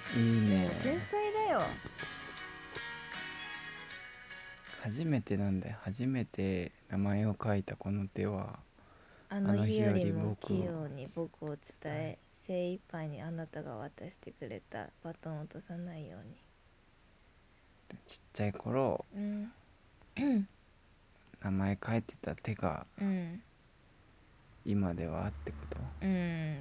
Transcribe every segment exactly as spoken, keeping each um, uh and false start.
いいね。 もう天才だよ。 初めてなんだよ。初めて名前を書いたこの手は、 あの日よりも器用に僕を伝え、精一杯にあなたが渡してくれたバトンを落とさないように。 ちっちゃい頃、 うん、 名前書いてた手がうん、 今ではってこと？ うん、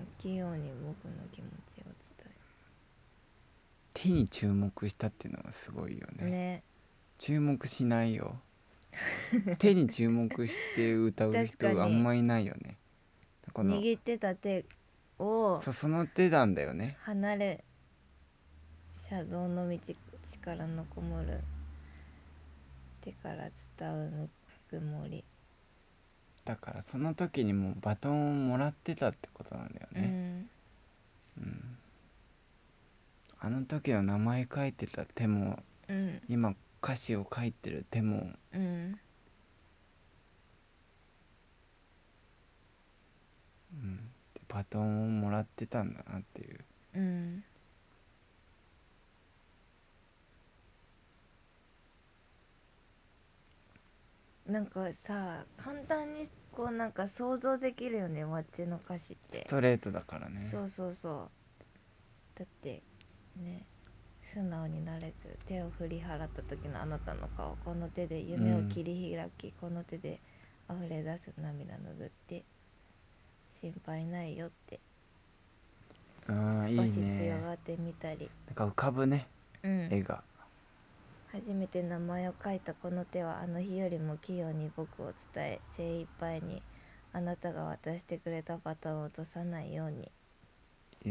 器用に僕の気持ちを伝手に注目したっていうのがすごいよね。 えね。 注目しないよ。手に注目して歌う確かに人あんまいないよね。この握ってた手をそその手なんだよね。 離れ、車道の道、力のこもる手から伝うぬくもり。 だからその時にもうバトンをもらってたってことなんだようね。 ん、 うん、あの時の名前書いてた手も、 うん、 今歌詞を書いてる手も、 うん、 うん、バトンをもらってたんだなっていう。 うん。なんかさ、簡単にこうなんか想像できるよね、わっちの歌詞っスて。 トレートだからね。 そうそうそう。だってね、素直になれず手を振り払った時のあなたの顔、この手で夢を切り開き、この手で溢れ出す涙拭って、心配ないよって、 うん、あーいい少し強ね。 がってみたり。 なんか浮かぶね、 うん。 絵が。 初めて名前を書いたこの手はあの日よりも器用に僕を伝え、精一杯にあなたが渡してくれたバトンを落とさないように。 うん、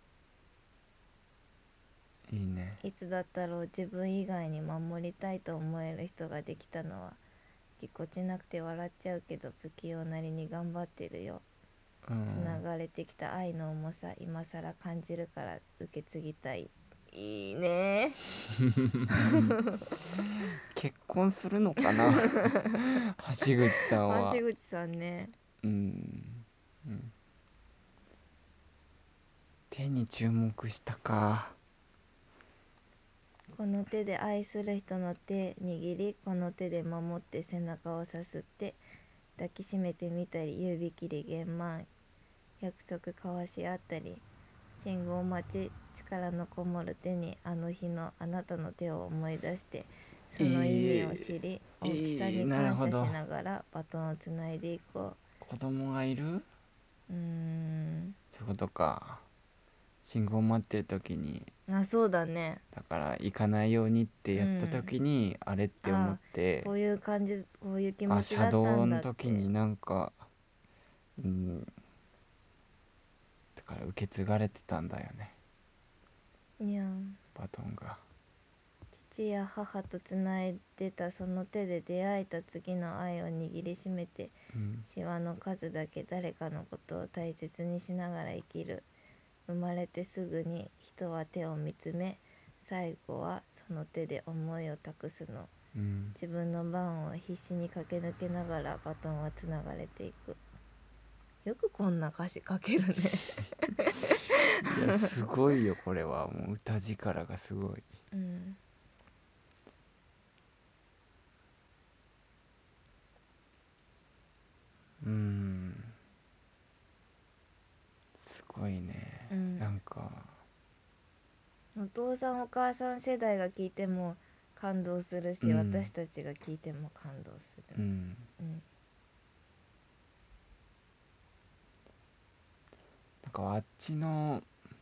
いいね。 いつだったろう、自分以外に守りたいと思える人ができたのは。ぎこちなくて笑っちゃうけど不器用なりに頑張ってるよ。 うん、 つながれてきた愛の重さ今さら感じるから受け継ぎたい。いいね。 結婚するのかな橋口さんは。 橋口さんね。 うん、うん、手に注目したか。 この手で愛する人の手握り、この手で守って背中をさすって抱きしめてみたり、指切り玄満、約束交わし合ったり、信号待ち、力のこもる手にあの日のあなたの手を思い出して、その意味を知り、 いい大きさいいになるほど。 感謝しながらバトンをつないでいこ子供がいるっう。うーん。 てことか。信号待ってる時に、 あ、そうだね。 だから行かないようにってうやったん。 時にあれって思っあ、こて、 ういう感じ、こういう気持あ、 ち車だったん道のだって。 時になんか、うん、だから受け継がれてたんだよね、 にゃん。 バトンが。 父や母とつないでたその手で出会えた次の愛を握りしめて、 うん、 シワの数だけ誰かのことを大切にしながら生きる。生まれてすぐに人は手を見つめ、最後はその手で思いを託すの。 うん、 自分の番を必死に駆け抜けながらバトンはつながれていく。よくこんな歌詞書けるね。 いやすごいよ、これはもう歌力がすごい。 うん。 うん、すごいね。 うん。 なんか、 お父さんお母さん世代が聞いても感動するし、 うん、 私たちが聞いても感動する。 うん、 うん。 なんかあっちの、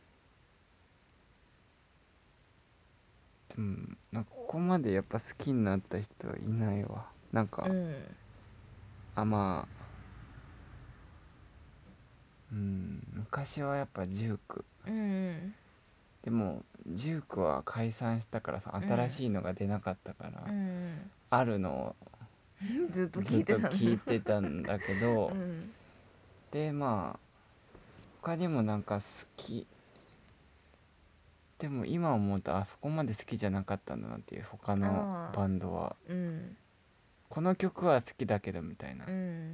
でもなんかここまでやっぱ好きになった人はいないわ。なんか、 うん。 あ、まあ、うん、昔はやっぱジューク。 うん。 でもジュークは解散したからさ、 うん。 新しいのが出なかったから、 うん。 あるのをずっとずっと聞いてたの。 聞いてたんだけど、 うん。 でまあ他にもなんか好き、でも今思うとあそこまで好きじゃなかったんだなっていう、他のああ。 バンドは。 うん。 この曲は好きだけどみたいな。 うん。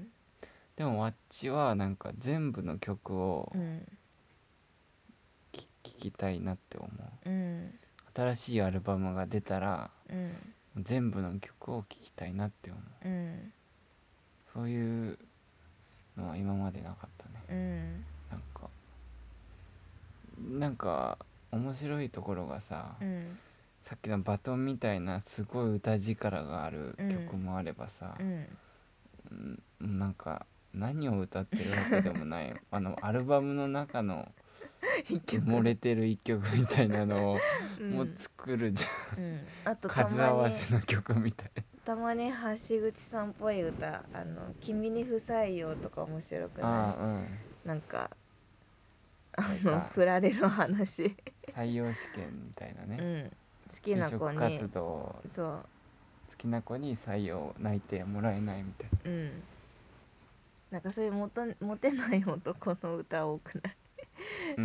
でもワッチはなんか全部の曲をうん。 聴ききたいなって思う。 うん新しいアルバムが出たらうん全部の曲を聴きたいなって思う。 うんそういうのは今までなかったね。 うんなんかなんか面白いところがさ、 うんさっきのバトンみたいなすごい歌力があるうん曲もあればさ、 うんうん、なんか何を歌ってるわけでもないあのアルバムの中の一埋もれ曲てる一曲みたいなのをもううん作るじゃん。 うんあとた数合わまにせの曲みたい。 たまに橋口さんっぽい歌、あの君に不採用とか面白くない？ ああ、うん。 なんかあなんのか振られる話採用試験みたいなね。 うん好き就な子に職活動そう好きな子に採用内定もらえないみたいな。 うんなんかそういうモテモテない男の歌多くない？ うん、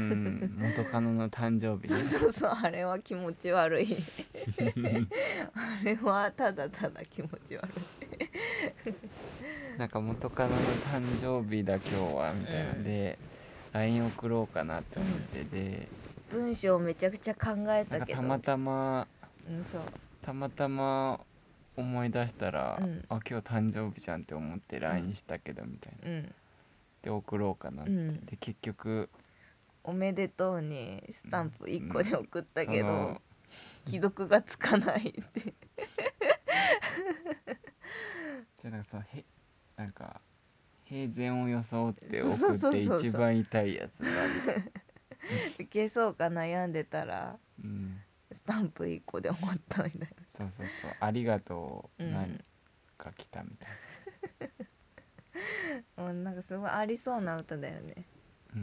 元カノの誕生日ね。 そうそう、あれは気持ち悪いあれはただただ気持ち悪なんか元カノの誕生日だ今日はみたいなんで、ライン 送ろうかなって思ってて、 い。文章めちゃくちゃ考えなんかたけど、 たまたまうんそうたまたま思い出したら、 うんあ今日誕生日じゃんって思ってうラインんしたけどみたいな。 うんで送ろうかなって。 うんで結局、 おめでとうにスタンプいっこで送ったそけど、 の既読がつかないってじゃあなんかそのへなんか平然を装ってそう送ってそうそうそう一番痛いやつがある。 消そうか悩んでたらうんスタンプいっこで終わったみたいそうそうそうありがとう、 うんなんか来たみたいな、うん、なんかすごいありそうな歌だよね。 な。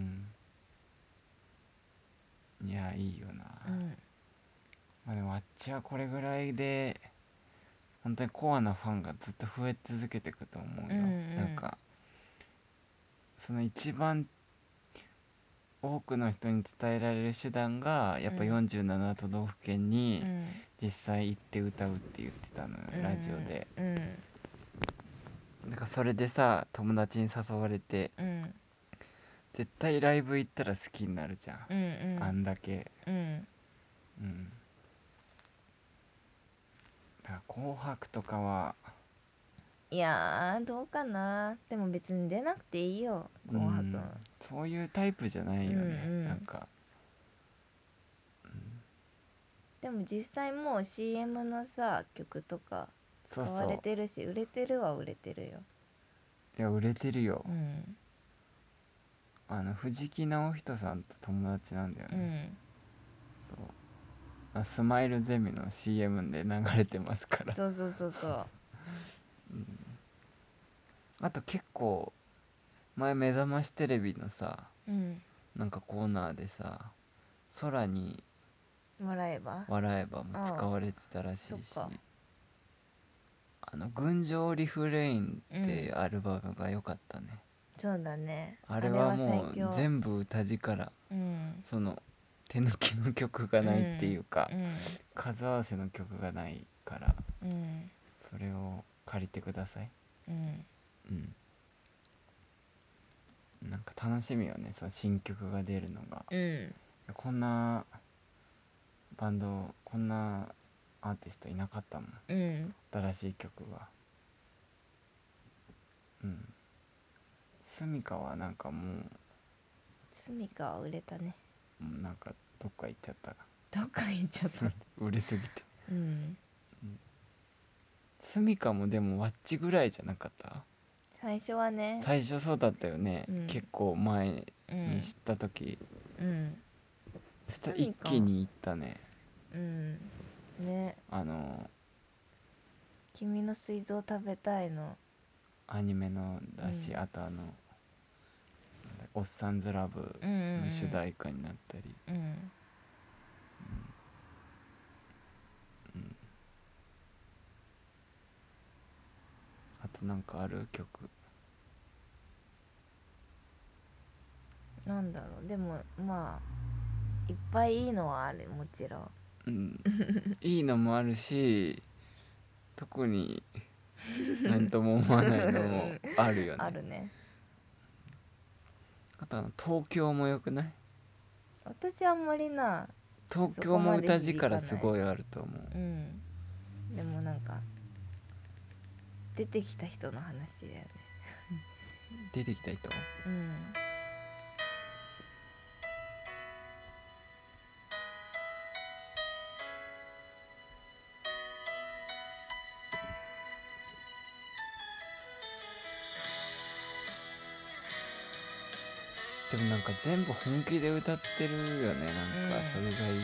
うんいやいいよな。 うんまあでもあっちはこれぐらいで本当にコアなファンがずっと増え続けていくと思うよ。 うんうんなんかその一番多くの人に伝えられる手段がやっぱうんよんじゅうなな都道府県にうん実際行って歌うって言ってたのよ、 うんラジオで。 うんなんかそれでさ友達に誘われてうん絶対ライブ行ったら好きになるじゃん、 うんうんあんだけ。 うんうんだから紅白とかはいやーどうかな。でも別に出なくていいよう紅白。 んそういうタイプじゃないよね、 うんうんなんか。 でも実際もう シーエム のさ曲とか使わそうそうれてるし、売れてるは売れてるよ。 いや売れてるよ、 うんあの藤木直人さんと友達なんだよね。 うんそうあスマイルゼミの シーエム で流れてますからそうそうそうそあと結構前目覚ましテレビのさううんなんかコーナーでさ空に笑えば笑えばも使ああわれてたらしいし、 そっかあの群青リフレインうっていうんアルバムが良かったね。 そうだね、 あれあれははもう最強。 全部歌力、 うんその手抜きの曲がうないっていんうか、 うん数合わせの曲がないからうんそれを借りてください。 うんうんなんか楽しみよね、その新曲が出るのが。 うんこんなバンドこんなアーティストいなかったもん、 うん新しい曲が。うんスミカはなんかもスミカは売れたね。 うもうなんかどっか行っちゃったどっか行っちゃった売れすぎて。 うんスミカもでもワッチぐらいじゃなかった？ 最初はね。 最初そうだったよね、 うん結構前うんに知った時。 うんそしたら一スミカも気に行ったね。 うんね、 あの君の膵臓食べたいの。 アニメのだし、 うんあとあのおっさんずラブうんうんの主題歌になったり、 うんうんうんあとなんかある曲？ なんだろう、でもまあいっぱいいいのはある、もちろん。 うんいいのもあるし特になんとも思わないのもあるよね。 あるね。 あとあの東京もよくない？ 私あんまりな、 東京も歌力すごいあると思う。 うんでもなんか出てきた人の話だよね。 出てきた人うんでもなんか全部本気で歌ってるよね。なんかそれがいい。 うん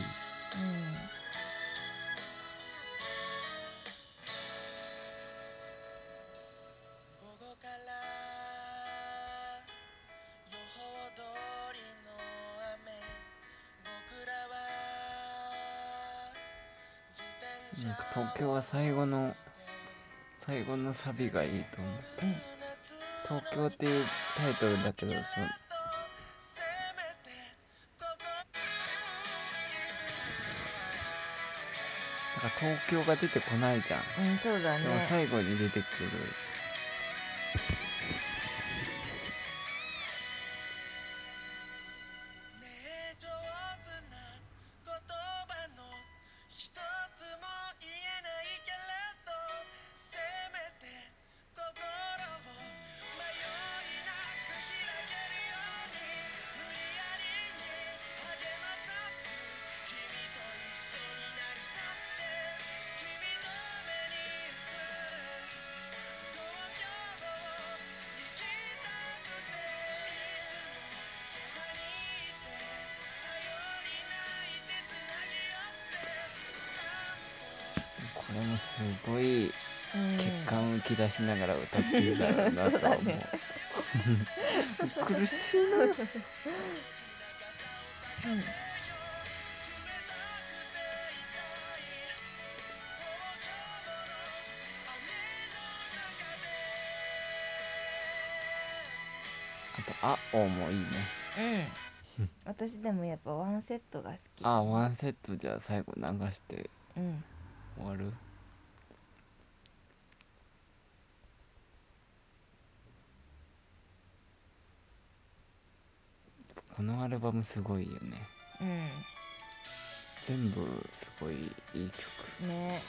なんか東京は最後の最後のサビがいいと思う。 うん東京っていうタイトルだけど、そのなんか東京が出てこないじゃん。 うんそうだね。 でも最後に出てくる。これもすごい血管浮き出しながら歌ってるだろうなとは思う。 ね、 苦しいな。 うんあとあおもいいね。 うん私でもやっぱワンセットが好きだ、ね、 あワンセットじゃあ最後流してうん終わる。このアルバムすごいよね。 うん全部すごいいい曲ね。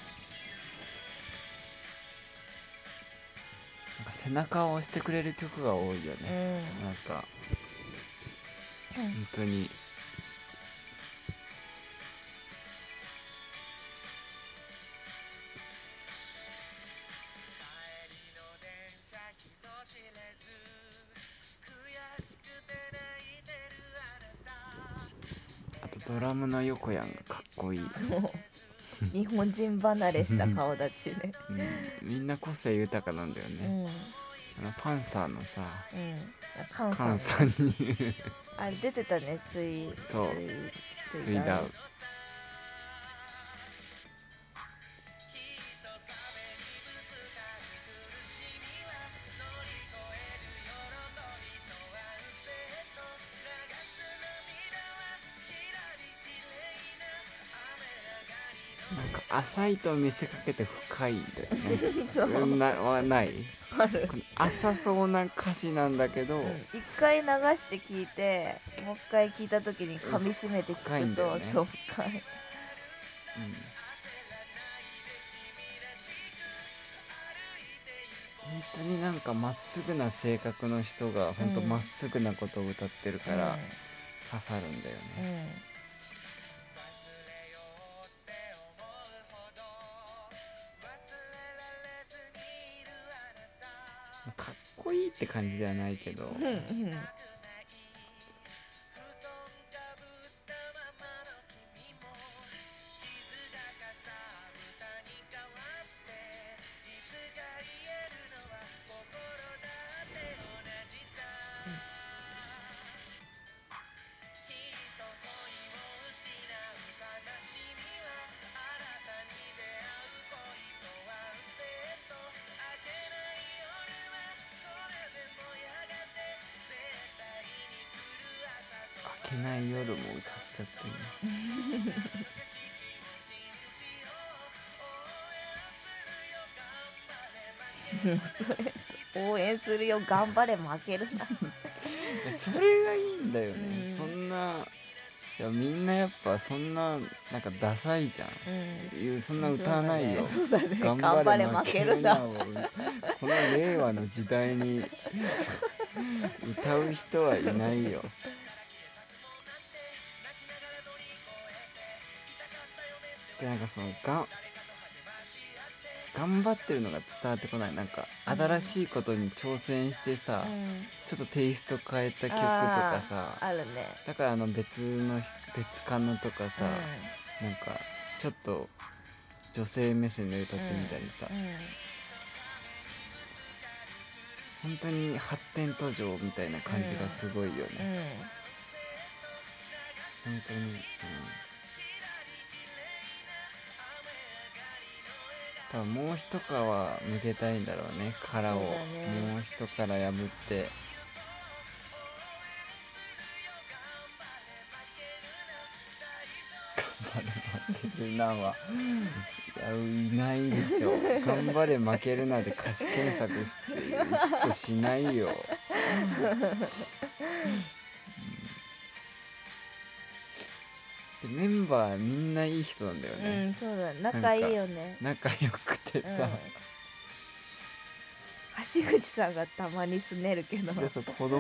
なんか背中を押してくれる曲が多いようね。 んなんか本当にあとドラムの横やんがかっこいい。 そう日本人離れした顔立ちねうん、みんな個性豊かなんだようね。 んあのパンサーのさうんカンさカンん、ね、 さんにあれ出てたね、水そう水水ダウなんか浅いと見せかけて深いんだよね。 そうなはないあるこの浅そうな歌詞なんだけど、 うん、一回流して聞いてもう一回聞いた時に噛み締めて聞くと、 ね、 そう深い、 うん、本当になんかまっすぐな性格の人が本当まっすぐなことを歌ってるから刺さるんだようんうんね。かっこいいって感じではないけど、 うんうん明けない夜も歌っちゃってるね。 もうそれ応援するよ頑張れ負けるなそれがいいんだよね、 うんそんないやみんなやっぱそんななんかダサいじゃん、 うんいうそんな歌わないよ。 そうだね、そうだね、 頑張れ頑張れ負ける負けるななをこの令和の時代に歌う人はいないよ。でなんかそのが頑張ってるのが伝わってこない。なんか新しいことに挑戦してさ、 うんちょっとテイスト変えた曲とかさ、 あーあるね。 だからあの別の別カノとかさ、 うなんかちょっと女性目線で歌ってみたりさ、 うんうん本当に発展途上みたいな感じがすごいよね、 うん本当に、うん、多分もう一皮向けたいんだろうね、殻を、 そうだねもう一殻破って頑張れ負けるなはいやいないでしょ。頑張れ負けるなで歌詞検索してヒットしないよ。でメンバーみんないい人なんだようね、 ん、そうだ、仲いいよね。 仲良くてうん、 さ、 橋口さんがたまにすねるけどでさ子供